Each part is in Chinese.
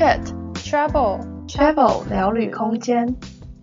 Chat Travel 聊旅空间。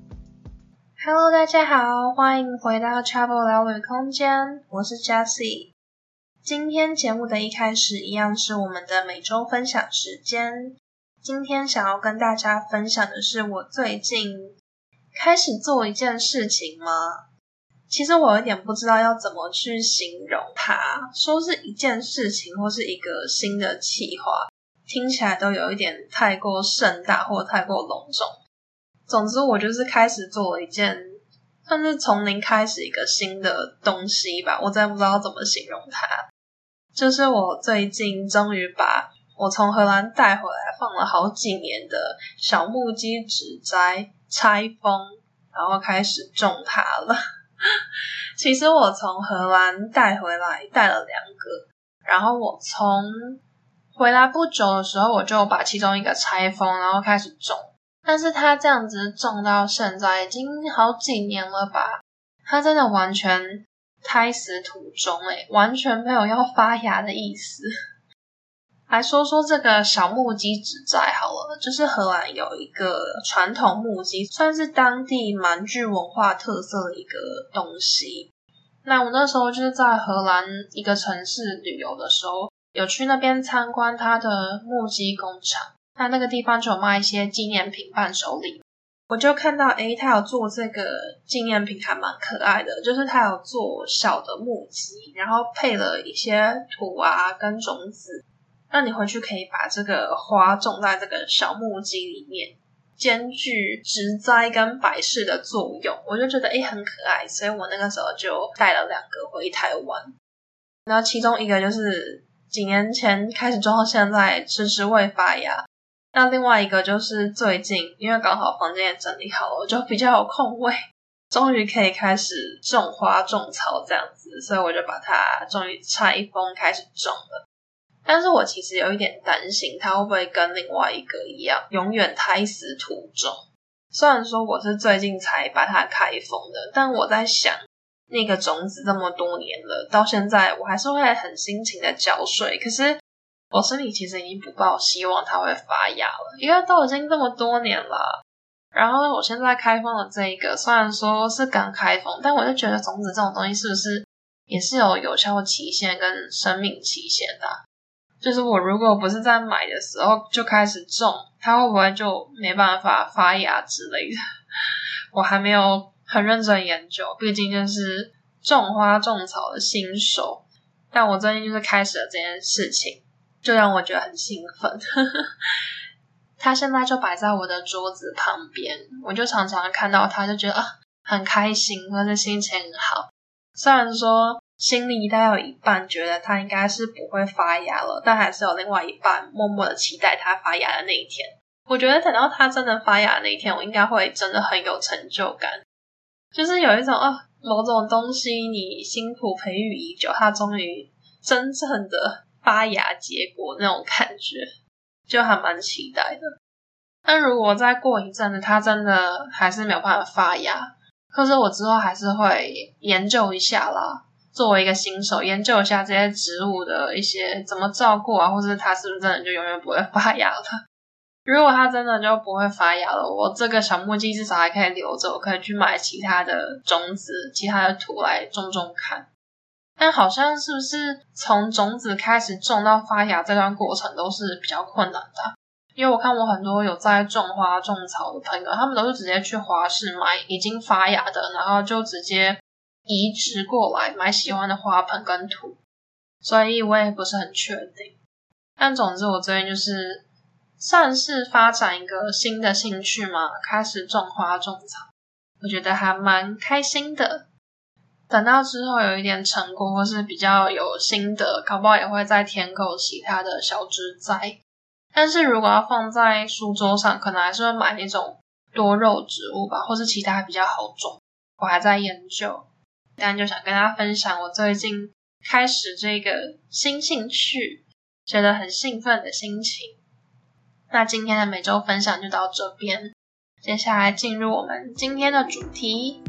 Hello， 大家好，欢迎回到 Travel 聊旅空间，我是 Jessie。今天节目的一开始一样是我们的每周分享时间。今天想要跟大家分享的是我最近开始做一件事情吗？其实我有点不知道要怎么去形容它，说是一件事情或是一个新的企划，听起来都有一点太过盛大或太过隆重。总之我就是开始做了一件算是从零开始一个新的东西吧，我真的不知道怎么形容它。就是我最近终于把我从荷兰带回来放了好几年的小木屐植栽拆封，然后开始种它了。其实我从荷兰带回来带了2个，然后我从回来不久的时候我就把其中一个拆封，然后开始种。但是它这样子种到现在已经好几年了吧，它真的完全胎死土中完全没有要发芽的意思。来说说这个小木屐植栽好了，就是荷兰有一个传统木屐，算是当地蛮具文化特色的一个东西。那我那时候就是在荷兰一个城市旅游的时候，有去那边参观它的木屐工厂，那个地方就有卖一些纪念品伴手礼。我就看到他有做这个纪念品还蛮可爱的，就是他有做小的木屐，然后配了一些土啊跟种子，那你回去可以把这个花种在这个小木屐里面，兼具植栽跟摆饰的作用，我就觉得很可爱，所以我那个时候就带了2个回台湾。然后其中一个就是几年前开始种到现在迟迟未发芽，那另外一个就是最近因为刚好房间也整理好了，我就比较有空位，终于可以开始种花种草这样子，所以我就把它终于拆封开始种了。但是我其实有一点担心它会不会跟另外一个一样永远胎死土中。虽然说我是最近才把它开封的，但我在想那个种子这么多年了，到现在我还是会很辛勤的浇水，可是我心里其实已经不抱希望它会发芽了，因为都已经这么多年了。然后我现在开封的这一个虽然说是刚开封，但我就觉得种子这种东西是不是也是有效期限跟生命期限的就是我如果不是在买的时候就开始种，它会不会就没办法发芽之类的。我还没有很认真研究，毕竟就是种花种草的新手，但我最近就是开始了这件事情，就让我觉得很兴奋。它现在就摆在我的桌子旁边，我就常常看到它就觉得很开心，或者心情很好。虽然说心里大概有一半觉得它应该是不会发芽了，但还是有另外一半默默的期待它发芽的那一天。我觉得等到它真的发芽的那一天，我应该会真的很有成就感，就是有一种某种东西你辛苦培育已久，它终于真正的发芽结果那种感觉，就还蛮期待的。但如果再过一阵子它真的还是没有办法发芽，可是我之后还是会研究一下啦，作为一个新手研究一下这些植物的一些怎么照顾啊，或是它是不是真的就永远不会发芽了。如果它真的就不会发芽了，我这个小木屐至少还可以留着，我可以去买其他的种子其他的土来种种看。但好像是不是从种子开始种到发芽这段过程都是比较困难的因为我看我很多有在种花种草的朋友，他们都是直接去花市买已经发芽的，然后就直接移植过来买喜欢的花盆跟土，所以我也不是很确定。但总之我最近就是算是发展一个新的兴趣嘛，开始种花种草，我觉得还蛮开心的。等到之后有一点成果或是比较有心得，搞不好也会再添购其他的小植栽。但是如果要放在书桌上，可能还是会买那种多肉植物吧，或是其他比较好种，我还在研究。但就想跟大家分享我最近开始这个新兴趣，觉得很兴奋的心情。那今天的每周分享就到这边，接下来进入我们今天的主题。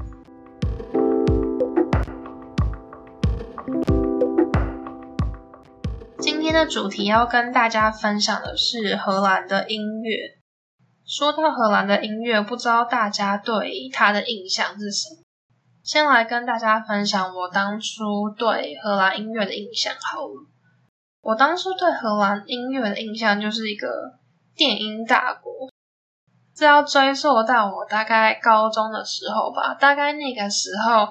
今今天的主题要跟大家分享的是荷兰的音乐。说到荷兰的音乐，不知道大家对它的印象是什么？先来跟大家分享我当初对荷兰音乐的印象好了。我当初对荷兰音乐的印象就是一个电音大国。这要追溯到我大概高中的时候吧，大概那个时候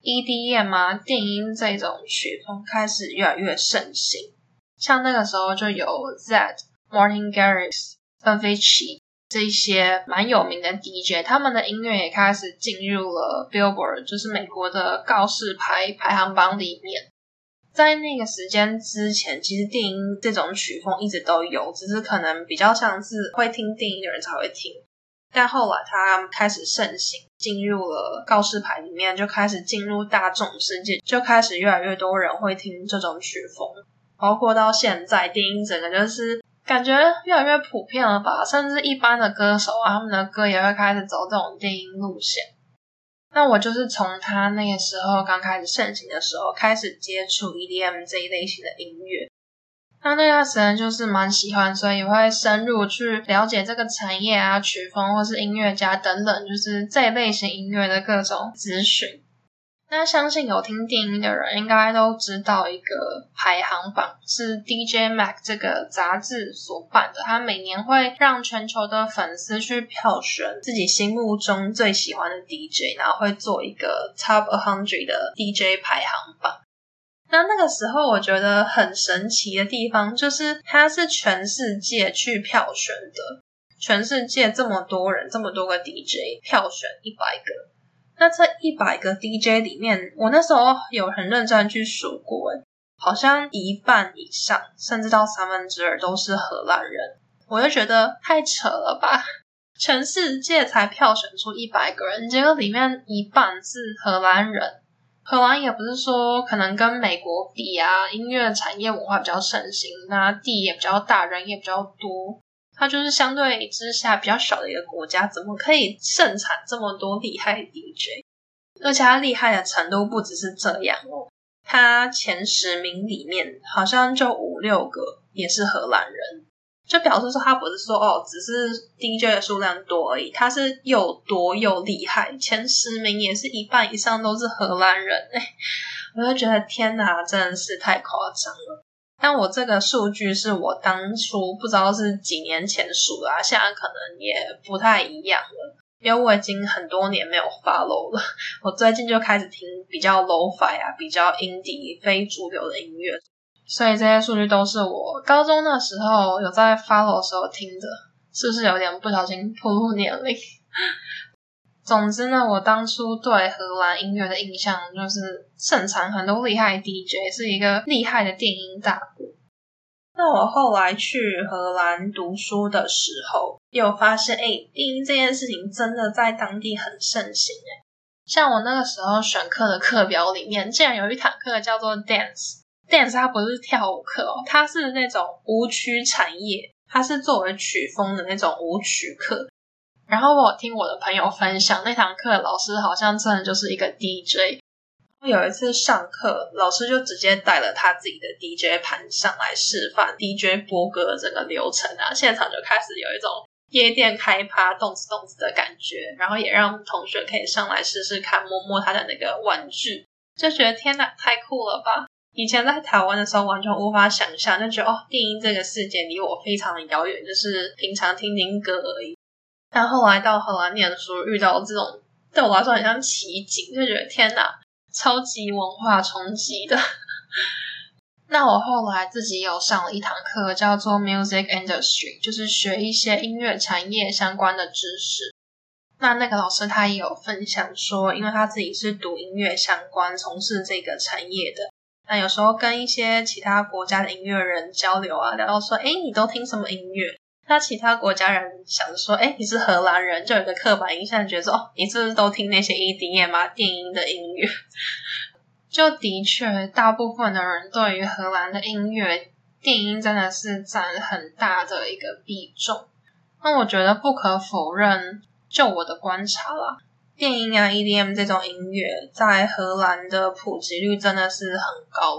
EDM 啊，电音这种曲风开始越来越盛行。像那个时候就有 Zedd、Martin Garrix、Avicii 这些蛮有名的 DJ， 他们的音乐也开始进入了 Billboard， 就是美国的告示牌排行榜里面。在那个时间之前，其实电音这种曲风一直都有，只是可能比较像是会听电音的人才会听。但后来它开始盛行，进入了告示牌里面，就开始进入大众世界，就开始越来越多人会听这种曲风。包括到现在，电音整个就是感觉越来越普遍了吧，甚至一般的歌手啊，他们的歌也会开始走这种电音路线。那我就是从他那个时候刚开始盛行的时候开始接触 EDM 这一类型的音乐。那段时间就是蛮喜欢，所以也会深入去了解这个产业啊、曲风或是音乐家等等，就是这一类型音乐的各种资讯。那相信有听电音的人应该都知道一个排行榜，是 DJ Mag 这个杂志所办的，他每年会让全球的粉丝去票选自己心目中最喜欢的 DJ， 然后会做一个 Top 100的 DJ 排行榜。那个时候我觉得很神奇的地方就是它是全世界去票选的，全世界这么多人，这么多个 DJ 票选100个。那这100个 DJ 里面，我那时候有很认真去数过，好像一半以上，甚至到2/3都是荷兰人。我就觉得太扯了吧，全世界才票选出100个人，结果里面一半是荷兰人。荷兰也不是说可能跟美国比啊，音乐产业文化比较盛行，那地也比较大，人也比较多，它就是相对之下比较小的一个国家，怎么可以盛产这么多厉害的 DJ？ 而且它厉害的程度不只是这样哦，它前10名里面好像就5-6个也是荷兰人，就表示说他不是说只是 DJ 的数量多而已，他是又多又厉害，前10名也是一半以上都是荷兰人我就觉得天哪，真的是太夸张了。但我这个数据是我当初不知道是几年前数的现在可能也不太一样了，因为我已经很多年没有 follow 了，我最近就开始听比较 lo-fi 啊，比较 indie 非主流的音乐，所以这些数据都是我高中那时候有在 follow 的时候听的，是不是有点不小心暴露年龄？总之呢，我当初对荷兰音乐的印象就是盛产很多厉害的 DJ， 是一个厉害的电音大国。那我后来去荷兰读书的时候，也有发现电音这件事情真的在当地很盛行像我那个时候选课的课表里面，竟然有一堂课叫做 Dance 它不是跳舞课它是那种舞曲产业，它是作为曲风的那种舞曲课。然后我听我的朋友分享，那堂课老师好像真的就是一个 DJ。有一次上课，老师就直接带了他自己的 DJ 盘上来示范 DJ 播歌的整个流程现场就开始有一种夜店开趴动次动次的感觉，然后也让同学可以上来试试看，摸摸他的那个玩具，就觉得天哪，太酷了吧！以前在台湾的时候完全无法想象，就觉得电音这个世界离我非常的遥远，就是平常听听歌而已。但后来到荷兰念书，遇到这种对我来说很像奇景，就觉得天哪，超级文化冲击的。那我后来自己有上了一堂课叫做 Music Industry， 就是学一些音乐产业相关的知识。那个老师他也有分享说，因为他自己是读音乐相关，从事这个产业的，那有时候跟一些其他国家的音乐人交流聊到说你都听什么音乐，那其他国家人想着说你是荷兰人，就有一个刻板印象，觉得说你是不是都听那些 EDM 电音的音乐就的确大部分的人对于荷兰的音乐电音真的是占很大的一个比重。那我觉得不可否认，就我的观察啦，电音EDM 这种音乐在荷兰的普及率真的是很高。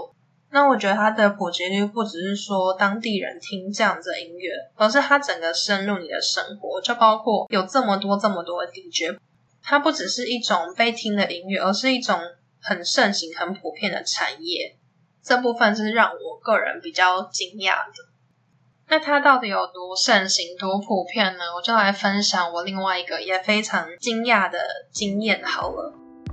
那我觉得它的普及率不只是说当地人听这样子的音乐，而是它整个深入你的生活，就包括有这么多的 DJ， 它不只是一种被听的音乐，而是一种很盛行很普遍的产业，这部分是让我个人比较惊讶的。那它到底有多盛行多普遍呢？我就来分享我另外一个也非常惊讶的经验好了。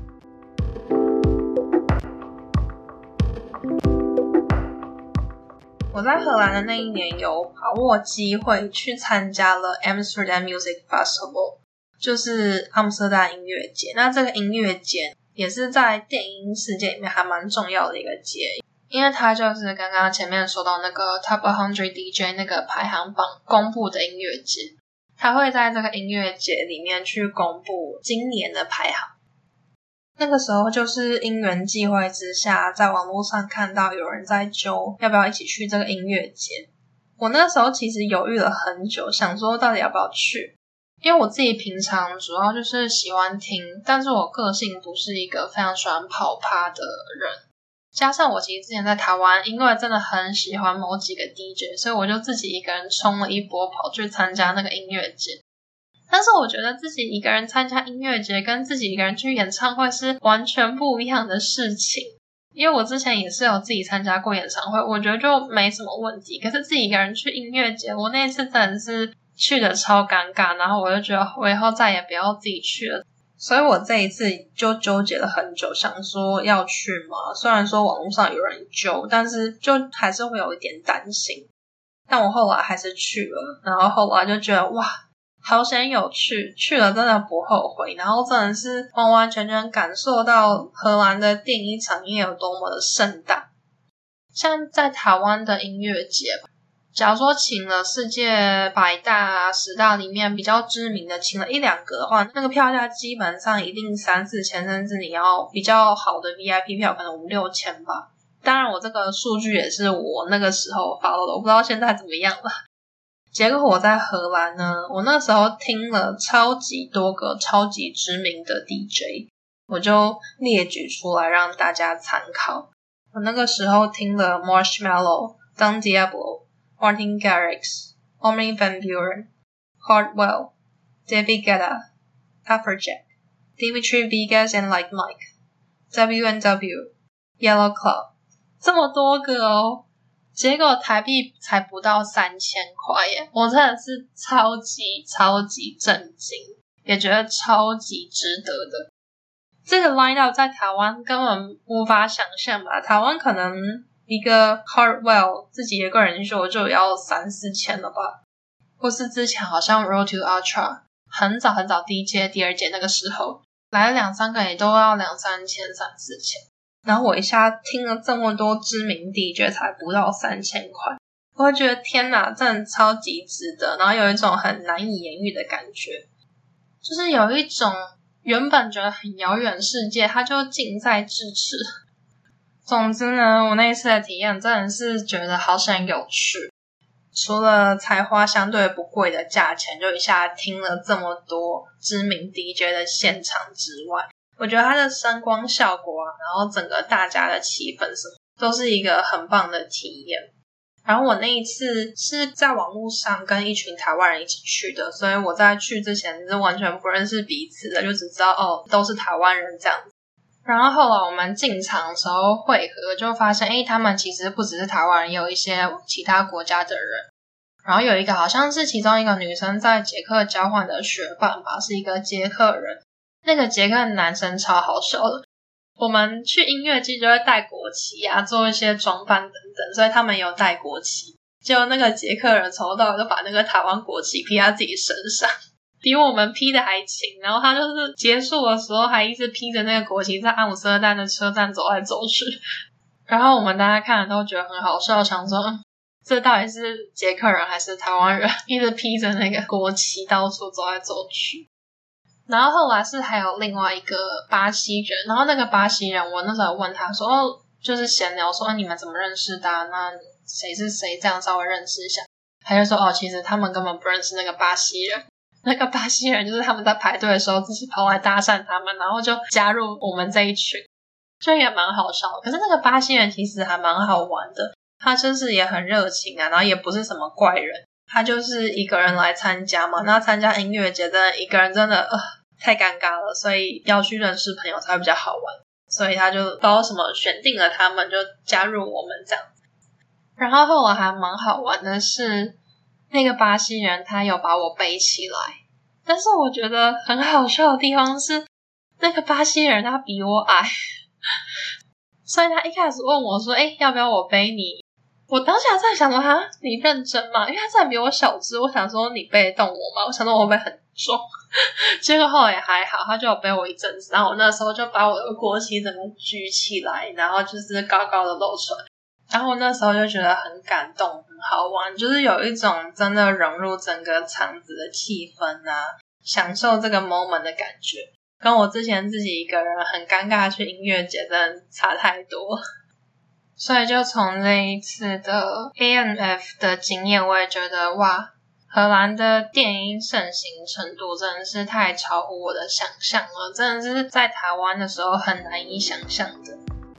我在荷兰的那一年有把握机会去参加了 Amsterdam Music Festival， 就是阿姆斯特丹音乐节。那这个音乐节也是在电音世界里面还蛮重要的一个节，因为它就是刚刚前面说到那个 Top 100 DJ 那个排行榜公布的音乐节，它会在这个音乐节里面去公布今年的排行。那个时候就是因缘际会之下，在网络上看到有人在揪要不要一起去这个音乐节。我那时候其实犹豫了很久，想说到底要不要去，因为我自己平常主要就是喜欢听，但是我个性不是一个非常喜欢跑趴的人，加上我其实之前在台湾因为真的很喜欢某几个 DJ， 所以我就自己一个人冲了一波跑去参加那个音乐节。但是我觉得自己一个人参加音乐节跟自己一个人去演唱会是完全不一样的事情，因为我之前也是有自己参加过演唱会，我觉得就没什么问题，可是自己一个人去音乐节，我那一次真的是去的超尴尬，然后我就觉得我以后再也不要自己去了，所以我这一次就纠结了很久，想说要去嘛，虽然说网络上有人揪，但是就还是会有一点担心，但我后来还是去了，然后后来就觉得哇好险有去，去了真的不后悔，然后真的是完完全全感受到荷兰的电音产业有多么的盛大。像在台湾的音乐节，假如说请了世界100大、10大里面比较知名的，请了一两个的话，那个票价基本上一定3-4千，甚至你要比较好的 VIP 票可能5-6千吧。当然我这个数据也是我那个时候follow的，我不知道现在怎么样了。结果我在荷兰呢，我那时候听了超级多个超级知名的 DJ， 我就列举出来让大家参考。我那个时候听了 Marshmello、Don Diablo、Martin Garrix、Armin van Buuren、Hardwell、David Guetta、Afrojack、Dimitri Vegas and Like Mike、W&W、Yellow Club， 这么多个哦。结果台币才不到3000块耶，我真的是超級震惊，也觉得超级值得的。这个 line-up 在台湾根本无法想象吧，台湾可能一个 Hardwell 自己的个人秀就要3-4千了吧，或是之前好像 Road to Ultra 很早第一届第二届那个时候来了2-3个也都要2-3千3-4千，然后我一下听了这么多知名 DJ 才不到3000块，我会觉得天哪，真的超级值得，然后有一种很难以言喻的感觉，就是有一种原本觉得很遥远的世界它就近在咫尺。总之呢，我那一次的体验真的是觉得好想有趣，除了才花相对不贵的价钱就一下听了这么多知名 DJ 的现场之外，我觉得它的声光效果啊，然后整个大家的气氛什么都是一个很棒的体验。然后我那一次是在网络上跟一群台湾人一起去的，所以我在去之前是完全不认识彼此的，就只知道哦都是台湾人这样子。然后后来我们进场的时候会合，就发现他们其实不只是台湾人，也有一些其他国家的人。然后有一个好像是其中一个女生在捷克交换的学伴吧，是一个捷克人。那个捷克的男生超好笑的，我们去音乐季就会带国旗啊，做一些装扮等等，所以他们有带国旗。结果那个捷克人从头到尾就把那个台湾国旗披在自己身上，比我们披的还勤。然后他就是结束的时候还一直披着那个国旗在阿姆斯特丹的车站走来走去。然后我们大家看了都觉得很好笑，想说这到底是捷克人还是台湾人，一直披着那个国旗到处走来走去。然后后来是还有另外一个巴西人，然后那个巴西人我那时候问他说就是闲聊说你们怎么认识的啊，那谁是谁这样稍微认识一下，他就说其实他们根本不认识那个巴西人，那个巴西人就是他们在排队的时候自己跑来搭讪他们，然后就加入我们这一群， 就也蛮好笑的。可是那个巴西人其实还蛮好玩的，他就是也很热情啊，然后也不是什么怪人，他就是一个人来参加嘛，那参加音乐节真的一个人真的太尴尬了，所以要去认识朋友才会比较好玩，所以他就不知道什么选定了他们就加入我们这样。然后后来还蛮好玩的是，那个巴西人他有把我背起来，但是我觉得很好笑的地方是，那个巴西人他比我矮，所以他一开始问我说要不要我背你，我当下在想说你认真吗？因为他真的比我小只，我想说你背得动我吗？我想说我会不会很重，结果后来也还好，他就有背我一阵子，然后我那时候就把我的国旗整个举起来，然后就是高高的露出来，然后我那时候就觉得很感动很好玩，就是有一种真的融入整个场子的气氛啊，享受这个 moment 的感觉，跟我之前自己一个人很尴尬去音乐节真的差太多。所以就从这一次的 ANF 的经验，我也觉得哇，荷兰的电音盛行程度真的是太超乎我的想象了，真的是在台湾的时候很难以想象的。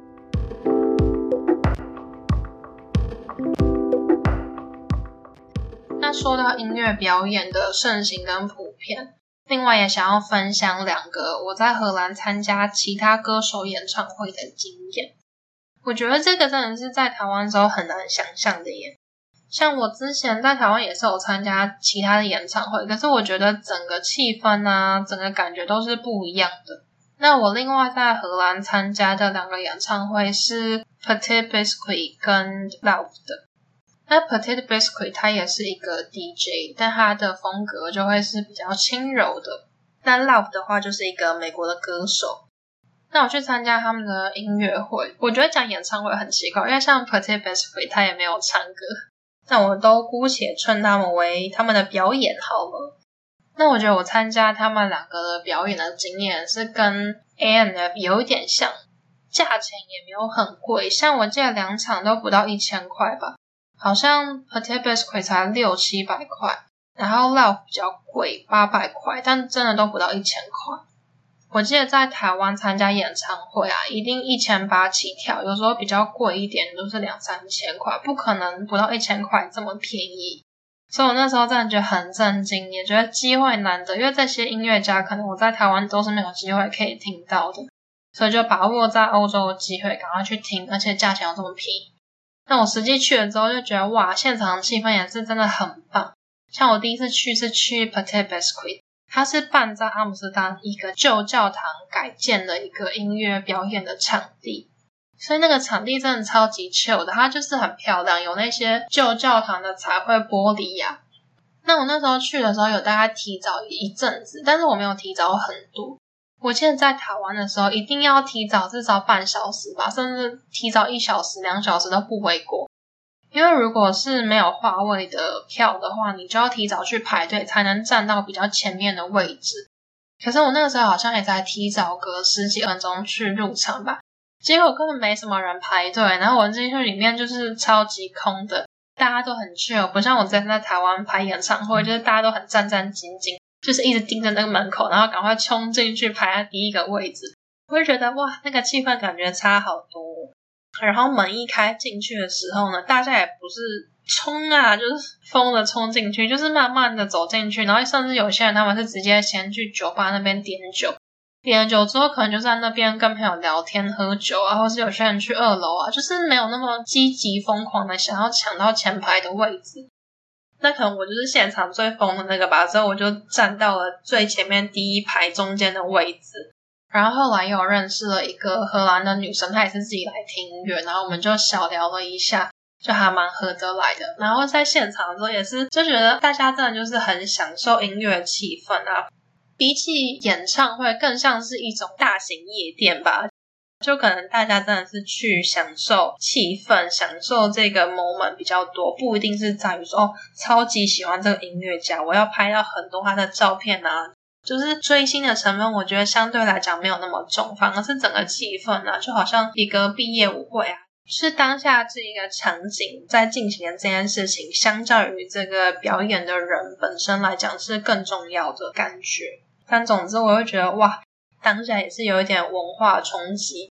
那说到音乐表演的盛行跟普遍，另外也想要分享2个我在荷兰参加其他歌手演唱会的经验。我觉得这个真的是在台湾的时候很难想象的耶。像我之前在台湾也是有参加其他的演唱会，可是我觉得整个气氛啊，整个感觉都是不一样的。那我另外在荷兰参加的2个演唱会是 Petit Biscuit 跟 Loud 的。那 Petit Biscuit 它也是一个 DJ， 但它的风格就会是比较轻柔的。那 Loud 的话就是一个美国的歌手。那我去参加他们的音乐会，我觉得讲演唱会很奇怪，因为像 Petit Biscuit 他也没有唱歌，那我都姑且称他们为他们的表演好了。那我觉得我参加他们2个的表演的经验是跟 ANF 有一点像，价钱也没有很贵，像我记得2场都不到1000块吧，好像 Petit Biscuit 才600-700块，然后 Loud 比较贵800块，但真的都不到1000块。我记得在台湾参加演唱会啊，一定1800起跳，有时候比较贵一点都是2-3千块，不可能不到1000块这么便宜。所以我那时候真的觉得很震惊，也觉得机会难得，因为这些音乐家可能我在台湾都是没有机会可以听到的，所以就把握在欧洲的机会赶快去听，而且价钱又这么便宜。那我实际去了之后就觉得哇，现场的气氛也是真的很棒。像我第一次去是去 Petit Biscuit，它是办在阿姆斯特丹一个旧教堂改建的一个音乐表演的场地，所以那个场地真的超级 chill 的，它就是很漂亮，有那些旧教堂的彩绘玻璃啊。那我那时候去的时候有大概提早一阵子，但是我没有提早很多。我记得在台湾的时候一定要提早至少半小时吧，甚至提早1小时、2小时都不为过。因为如果是没有划位的票的话，你就要提早去排队才能站到比较前面的位置。可是我那个时候好像也才提早个10几分钟去入场吧，结果根本没什么人排队，然后我进去里面就是超级空的，大家都很 chill， 不像我之前在台湾排演唱会，就是大家都很战战兢兢，就是一直盯着那个门口，然后赶快冲进去排在第一个位置。我就觉得哇，那个气氛感觉差好多。然后门一开进去的时候呢，大家也不是冲啊，就是疯的冲进去，就是慢慢的走进去，然后甚至有些人他们是直接先去酒吧那边点酒，点了酒之后可能就在那边跟朋友聊天喝酒啊，或是有些人去2楼啊，就是没有那么积极疯狂的想要抢到前排的位置。那可能我就是现场最疯的那个吧，之后我就站到了最前面第1排中间的位置。然后后来又有认识了一个荷兰的女生，她也是自己来听音乐，然后我们就小聊了一下，就还蛮合得来的。然后在现场的时候也是就觉得大家真的就是很享受音乐气氛啊，比起演唱会更像是一种大型夜店吧，就可能大家真的是去享受气氛，享受这个 moment 比较多，不一定是在于说超级喜欢这个音乐家，我要拍到很多他的照片啊，就是追星的成分我觉得相对来讲没有那么重，反而是整个气氛啊，就好像一个毕业舞会啊，是当下这一个场景在进行的这件事情，相较于这个表演的人本身来讲是更重要的感觉。但总之我会觉得哇，当下也是有一点文化冲击，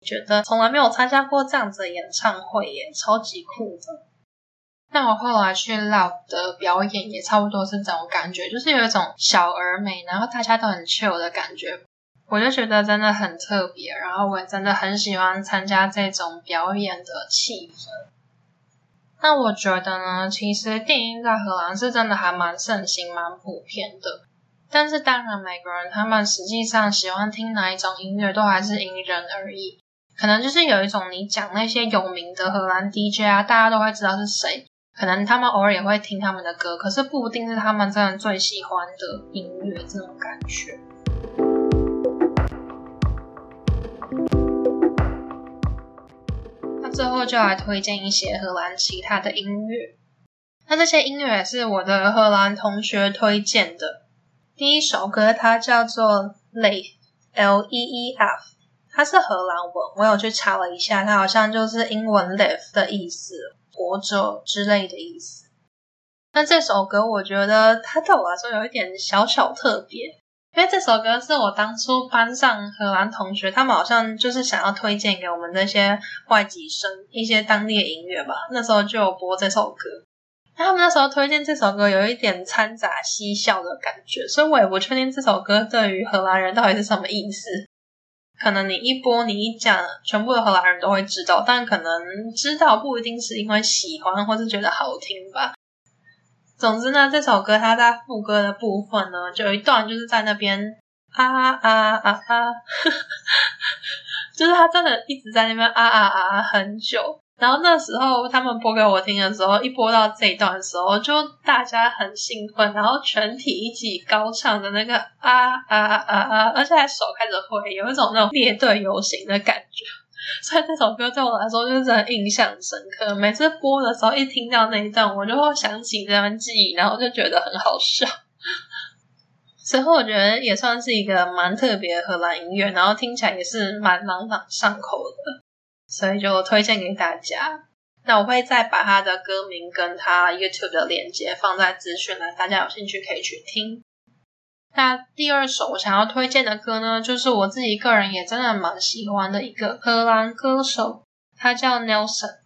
觉得从来没有参加过这样子的演唱会耶，超级酷的。那我后来去 Loud 的表演也差不多是这种感觉，就是有一种小而美，然后大家都很 chill 的感觉，我就觉得真的很特别，然后我也真的很喜欢参加这种表演的气氛。那我觉得呢，其实电音在荷兰是真的还蛮盛行蛮普遍的，但是当然每个人他们实际上喜欢听哪一种音乐都还是因人而异，可能就是有一种你讲那些有名的荷兰 DJ 啊，大家都会知道是谁，可能他们偶尔也会听他们的歌，可是不一定是他们真的最喜欢的音乐这种感觉。那最后就来推荐一些荷兰其他的音乐。那这些音乐也是我的荷兰同学推荐的。第一首歌它叫做 Leef L-E-E-F， 它是荷兰文，我有去查了一下，它好像就是英文 Leef 的意思，活着之类的意思。那这首歌我觉得它对我来说有一点小小特别，因为这首歌是我当初班上荷兰同学，他们好像就是想要推荐给我们那些外籍生一些当地的音乐吧，那时候就有播这首歌。他们那时候推荐这首歌有一点掺杂嬉笑的感觉，所以我也不确定这首歌对于荷兰人到底是什么意思。可能你一播你一讲，全部的荷兰人都会知道，但可能知道不一定是因为喜欢或是觉得好听吧。总之呢，这首歌它在副歌的部分呢，就有一段就是在那边就是他真的一直在那边很久。然后那时候他们播给我听的时候，一播到这一段的时候，就大家很兴奋，然后全体一起高唱的那个而且还手开始挥，有一种那种列队游行的感觉。所以这首歌对我来说就是真的印象深刻，每次播的时候一听到那一段，我就会想起这段记忆，然后就觉得很好笑。之后我觉得也算是一个蛮特别的荷兰音乐，然后听起来也是蛮朗朗上口的，所以就推荐给大家。那我会再把他的歌名跟他 YouTube 的链接放在资讯栏，大家有兴趣可以去听。那第二首我想要推荐的歌呢，就是我自己个人也真的蛮喜欢的一个荷兰歌手，他叫 Nelson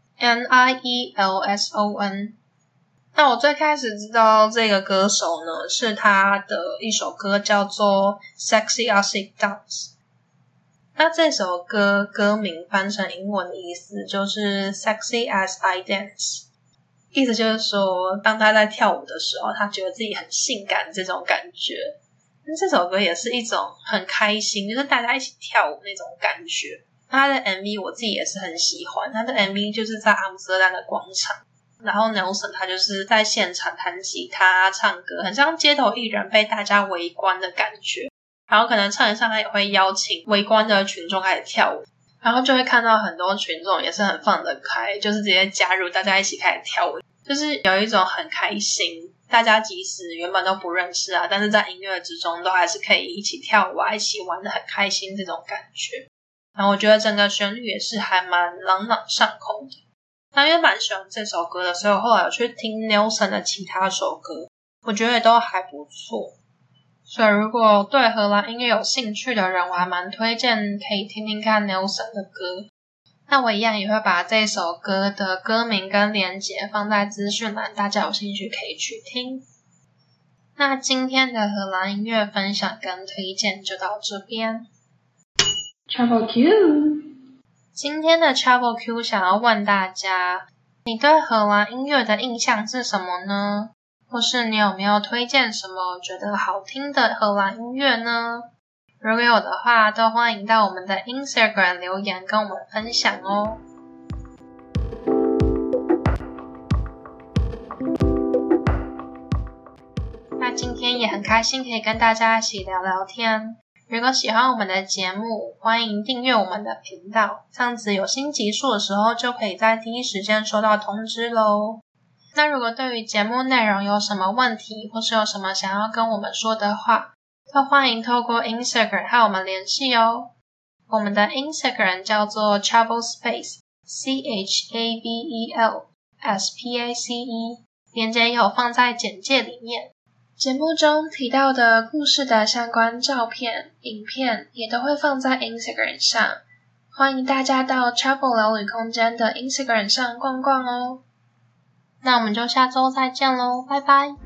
N-I-E-L-S-O-N。那我最开始知道这个歌手呢，是他的一首歌叫做 Sexy As It Dance。那这首歌歌名翻成英文的意思就是 Sexy As I Dance， 意思就是说当他在跳舞的时候，他觉得自己很性感这种感觉。那这首歌也是一种很开心，就是大家一起跳舞那种感觉。那他的 MV 我自己也是很喜欢，他的 MV 就是在阿姆斯特丹的广场，然后 Nelson 他就是在现场弹吉他唱歌，很像街头艺人被大家围观的感觉。然后可能唱一唱他也会邀请围观的群众开始跳舞，然后就会看到很多群众也是很放得开，就是直接加入大家一起开始跳舞，就是有一种很开心，大家即使原本都不认识啊，但是在音乐之中都还是可以一起跳舞啊，一起玩得很开心这种感觉。然后我觉得整个旋律也是还蛮朗朗上口的。那因为蛮喜欢这首歌的，所以我后来有去听 Nelson 的其他首歌，我觉得也都还不错。所以如果对荷兰音乐有兴趣的人，我还蛮推荐可以听听看 Nelson 的歌。那我一样也会把这首歌的歌名跟连结放在资讯栏，大家有兴趣可以去听。那今天的荷兰音乐分享跟推荐就到这边。 Travel Q， 今天的 Travel Q 想要问大家，你对荷兰音乐的印象是什么呢？或是你有没有推荐什么觉得好听的荷兰音乐呢？如果有的话，都欢迎到我们的 Instagram 留言跟我们分享哦。那今天也很开心可以跟大家一起聊聊天。如果喜欢我们的节目，欢迎订阅我们的频道，这样子有新集数的时候就可以在第一时间收到通知咯。那如果对于节目内容有什么问题，或是有什么想要跟我们说的话，都欢迎透过 Instagram 和我们联系哦。我们的 Instagram 叫做 Travel Space CHAVEL SPACE， 连结有放在简介里面。节目中提到的故事的相关照片、影片也都会放在 Instagram 上， 欢迎大家到 Travel 聊旅空间的 Instagram 上逛逛哦。那我们就下周再见咯，拜拜。